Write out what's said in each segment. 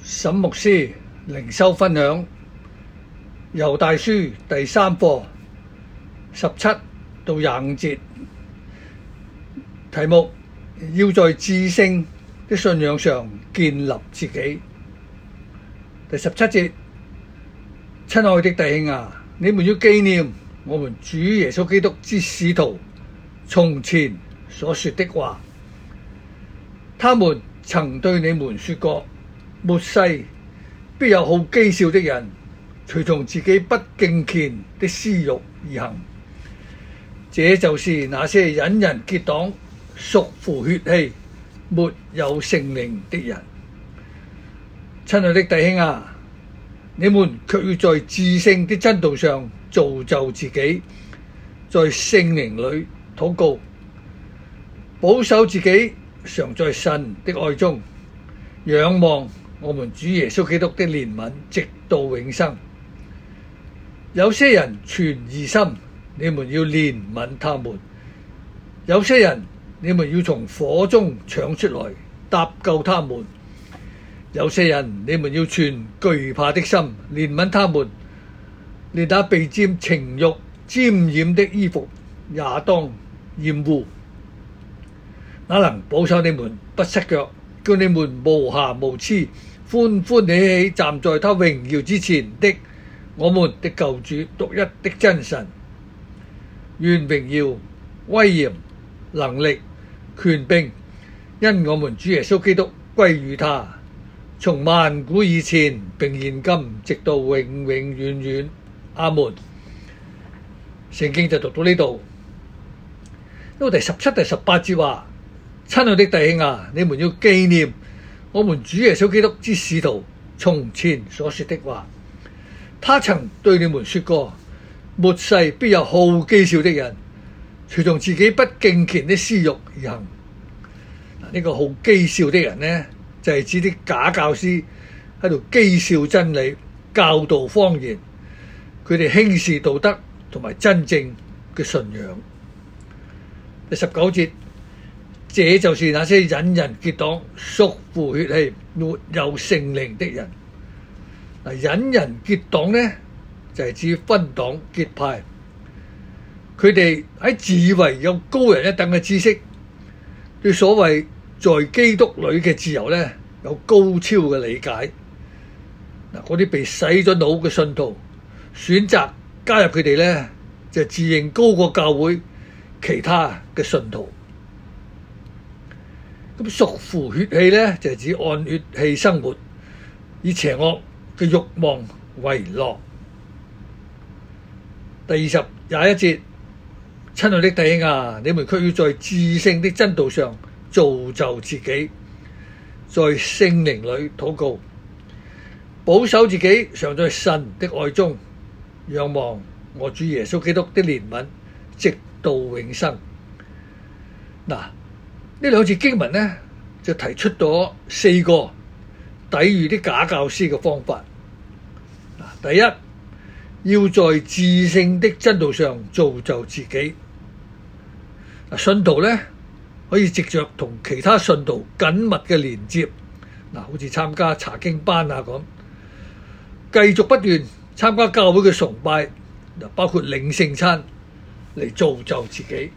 沈牧師靈修分享猶大書第3課17到25節，題目要在至聖的信仰上建立自己。第17節，親愛的弟兄啊，你們要紀念我們主耶穌基督之使徒從前所說的話，他們曾對你們說過，末世必有好譏笑的人，隨從自己不敬虔的私欲而行，這就是那些引人結黨、屬乎血氣、沒有聖靈的人。親愛的弟兄啊，你們卻要在至聖的真道上造就自己，在聖靈裏禱告，保守自己常在神的愛中，仰望我們主耶穌基督的憐憫，直到永生。有些人存異心，你們要憐憫他們；有些人你們要從火中搶出來，搭救他們；有些人你們要存懼怕的心，憐憫他們。連那被沾情慾沾染的衣服也當厭惡。那能保守你們不失腳，叫你們無瑕無疵，歡歡喜喜站在他榮耀之前的我們的救主獨一的真神，願榮耀、威嚴、能力、權柄，因我們主耶穌基督歸於他，從萬古以前並現今，直到永永遠遠。阿門。聖經就讀到呢度，因為第17、第18節話：親愛的弟兄啊，你們要紀念我們主耶穌基督之使徒從前所說的話，他曾對你們說過，末世必有好譏笑的人，隨從自己不敬虔的私欲而行。呢個好譏笑的人呢，就係指啲假教師喺度譏笑真理、教導謊言，佢哋輕視道德同埋真正嘅信仰。第19節，這就是那些引人結黨、屬乎血氣、沒有聖靈的人。引人結黨呢，就係指分黨結派，佢哋喺自以為有高人一等嘅知識，對所謂在基督裏嘅自由呢，有高超嘅理解。嗰啲被洗咗腦嘅信徒選擇加入佢哋呢，就自認高過教會其他嘅信徒。咁屬乎血氣呢，就係指按血氣生活，以邪惡嘅慾望為樂。第21節，親愛的弟兄啊，你們卻要在至聖的真道上造就自己，在聖靈裏禱告，保守自己常在神的愛中，仰望我主耶穌基督的憐憫，直到永生。嗱，呢兩節經文呢，就提出咗4個抵禦啲假教師嘅方法。第一，要在至聖的真道上造就自己。信徒呢，可以藉着同其他信徒緊密嘅連接，好似參加查經班啊咁，繼續不斷參加教會嘅崇拜，包括領聖餐嚟造就自己。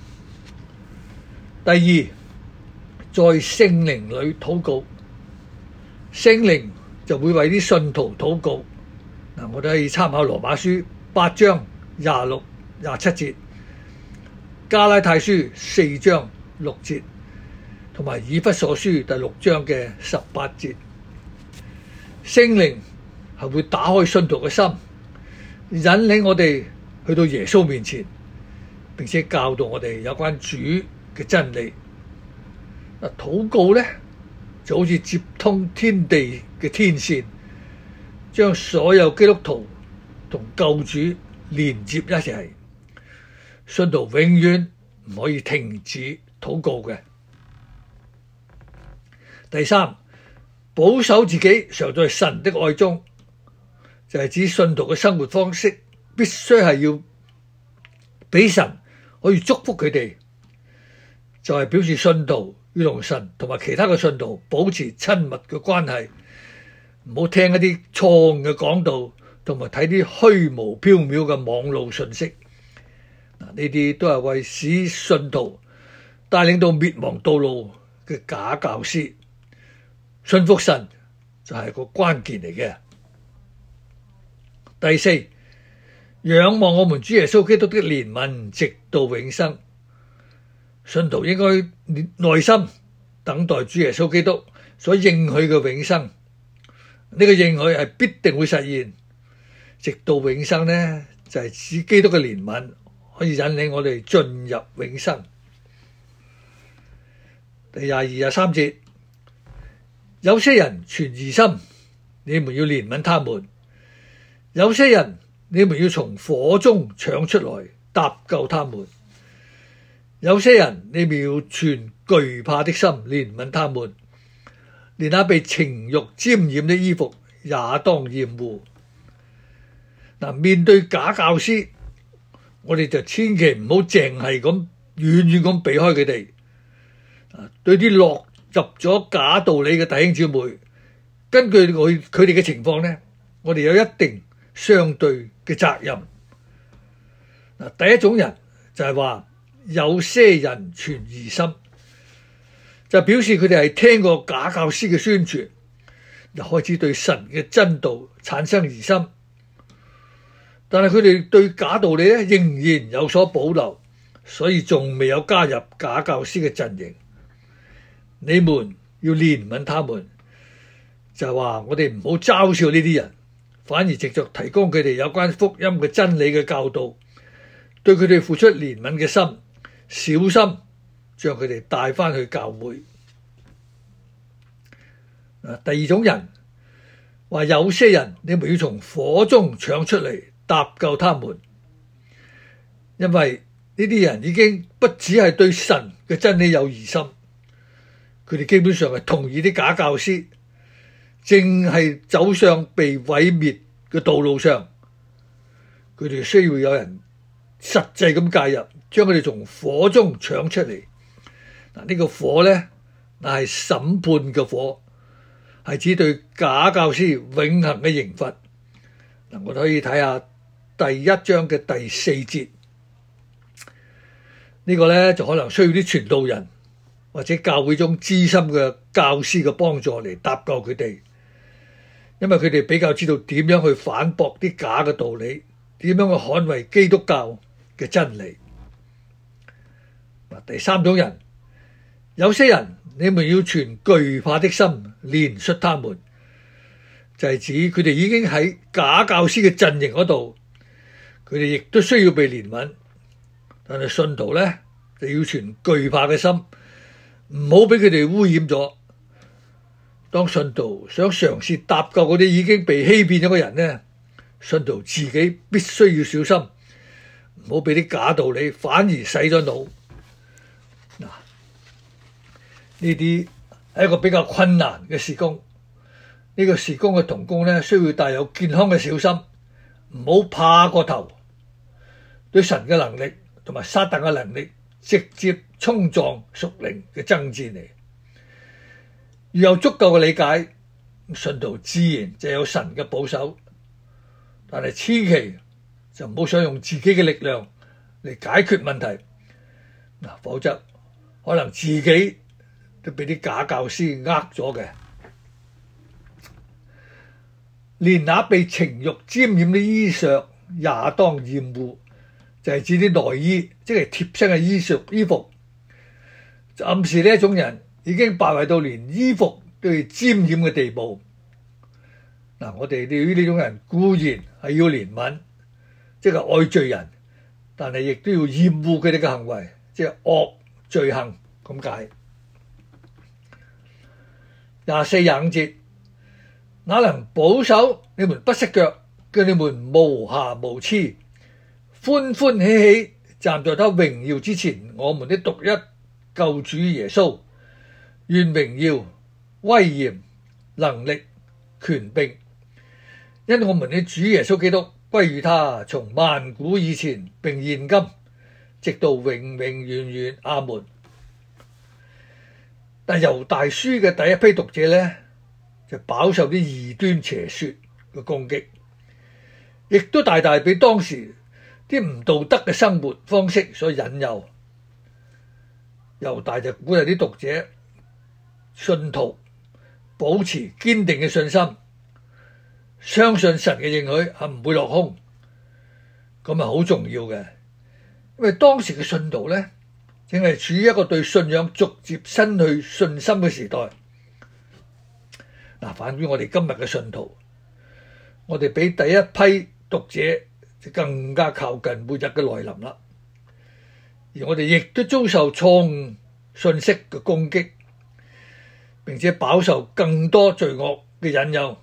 第二，在聖靈裏禱告，聖靈就會為啲信徒禱告。我哋可以參考羅馬書8章26、27節，加拉太書4章6節，同埋以弗所書第6章嘅18節。聖靈係會打開信徒嘅心，引領我哋去到耶穌面前，並且教導我哋有關主嘅真理。禱告呢，就好似接通天地嘅天線，將所有基督徒同救主連接一齊，信徒永遠唔可以停止禱告嘅。第三，保守自己常在神的愛中，就係指信徒嘅生活方式必須係要俾神可以祝福佢哋，就係表示信徒要同神同埋其他嘅信徒保持親密嘅關係， 唔好聽一啲錯誤嘅講道，同埋睇啲虛無縹緲嘅網路信息。呢啲都係為使信徒帶領到滅亡道路嘅假教師。信服神就係個關鍵嚟嘅。第四，仰望我們主耶穌基督的憐憫，直到永生。信徒應該耐心等待主耶穌基督所應許嘅永生。呢個應許係必定會實現，直到永生呢，就係指基督嘅憐憫可以引領我哋進入永生。第22、23節，有些人存疑心，你們要憐憫他們；有些人你們要從火中搶出來，搭救他們；有些人你們要存懼怕的心，憐憫他們。連那被情慾沾染的衣服也當厭惡。面對假教師，我哋就千祈唔好淨係咁遠遠咁避開佢哋。對啲落入咗假道理嘅弟兄姊妹，根據佢哋嘅情況呢，我哋有一定相對嘅責任。第一種人就係話有些人存疑心，就表示佢哋係聽過假教師嘅宣傳，就開始對神嘅真道產生疑心。但係佢哋對假道理咧仍然有所保留，所以仲未有加入假教師嘅陣營。你們要憐憫他們，就係話我哋唔好嘲笑呢啲人，反而藉著提供佢哋有關福音嘅真理嘅教導，對佢哋付出憐憫嘅心，小心將佢哋帶返去教會。第二種人話有些人你們要從火中搶出嚟，搭救他們，因為呢啲人已經不只係對神嘅真理有疑心，佢哋基本上係同意啲假教師，正係走上被毀滅嘅道路上。佢哋需要有人實際咁介入，將佢哋從火中搶出嚟。呢個火呢，係審判嘅火，係指對假教師永恆嘅刑罰。我哋可以睇下第一章嘅第4節，呢個呢，就可能需要啲傳道人或者教會中資深嘅教師嘅幫助嚟搭救佢哋，因為佢哋比較知道點樣去反駁啲假嘅道理，點樣去捍衛基督教嘅真理。第三種人，有些人你們要存懼怕的心，憐恤他們，就係指佢哋已經喺假教師嘅陣營嗰度，佢哋亦都需要被憐憫。但係信徒呢，就要存懼怕嘅心，唔好俾佢哋污染咗。當信徒想嘗試搭救嗰啲已經被欺騙咗嘅人呢，信徒自己必須要小心，唔好俾啲假道理反而洗咗腦。呢啲係一個比較困難嘅事工，呢個事工嘅同工呢，需要帶有健康嘅小心，唔好怕過頭，對神嘅能力同埋撒旦嘅能力直接衝撞屬靈嘅爭戰嚟。要有足夠嘅理解，信徒自然就有神嘅保守，但係千祈就唔好想用自己嘅力量嚟解決問題，否則可能自己都俾啲假教師呃咗嘅。連那被情慾沾染的衣裳也當厭惡，就係指啲內衣，即係貼身嘅衣服，就暗示呢一種人已經敗壞到連衣服都要沾染嘅地步。我哋對於呢種人固然係要憐憫，即係愛罪人，但係亦都要厭惡佢哋嘅行為，即係惡罪行咁解。24、25節，那能保守你們不失腳，叫你們無瑕無疵，歡歡喜喜站在他榮耀之前，我們的獨一救主耶穌，願榮耀、威嚴、能力、權柄，因我們的主耶穌基督歸於他，從萬古以前並現今，直到永永遠遠。阿門。但猶大書嘅第一批讀者呢， 就飽受啲異端邪說嘅攻擊，亦都大大俾當時啲唔道德嘅生活方式所引誘。猶大就鼓勵啲讀者、信徒保持堅定嘅信心，相信神嘅應許係唔會落空，咁係好重要嘅。因為當時嘅信徒呢，正係處於一個對信仰逐漸失去信心嘅時代。反於我哋今日嘅信徒，我哋比第一批讀者就更加靠近末日嘅來臨啦。而我哋亦都遭受錯誤信息嘅攻擊，並且飽受更多罪惡嘅引誘。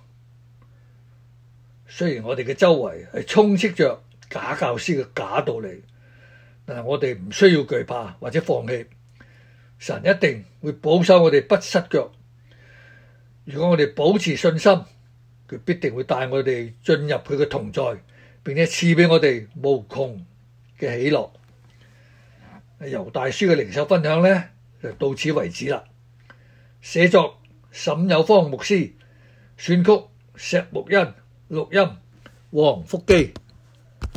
雖然我哋嘅周圍係充斥着假教師嘅假道理，但係我哋唔需要懼怕或者放棄，神一定會保守我哋不失腳。如果我哋保持信心，佢必定會帶我哋進入佢嘅同在，並且賜俾我哋無窮嘅喜樂。猶大書嘅靈修分享呢，就到此為止啦。寫作沈有方牧師，選曲石木恩，錄音黃福基。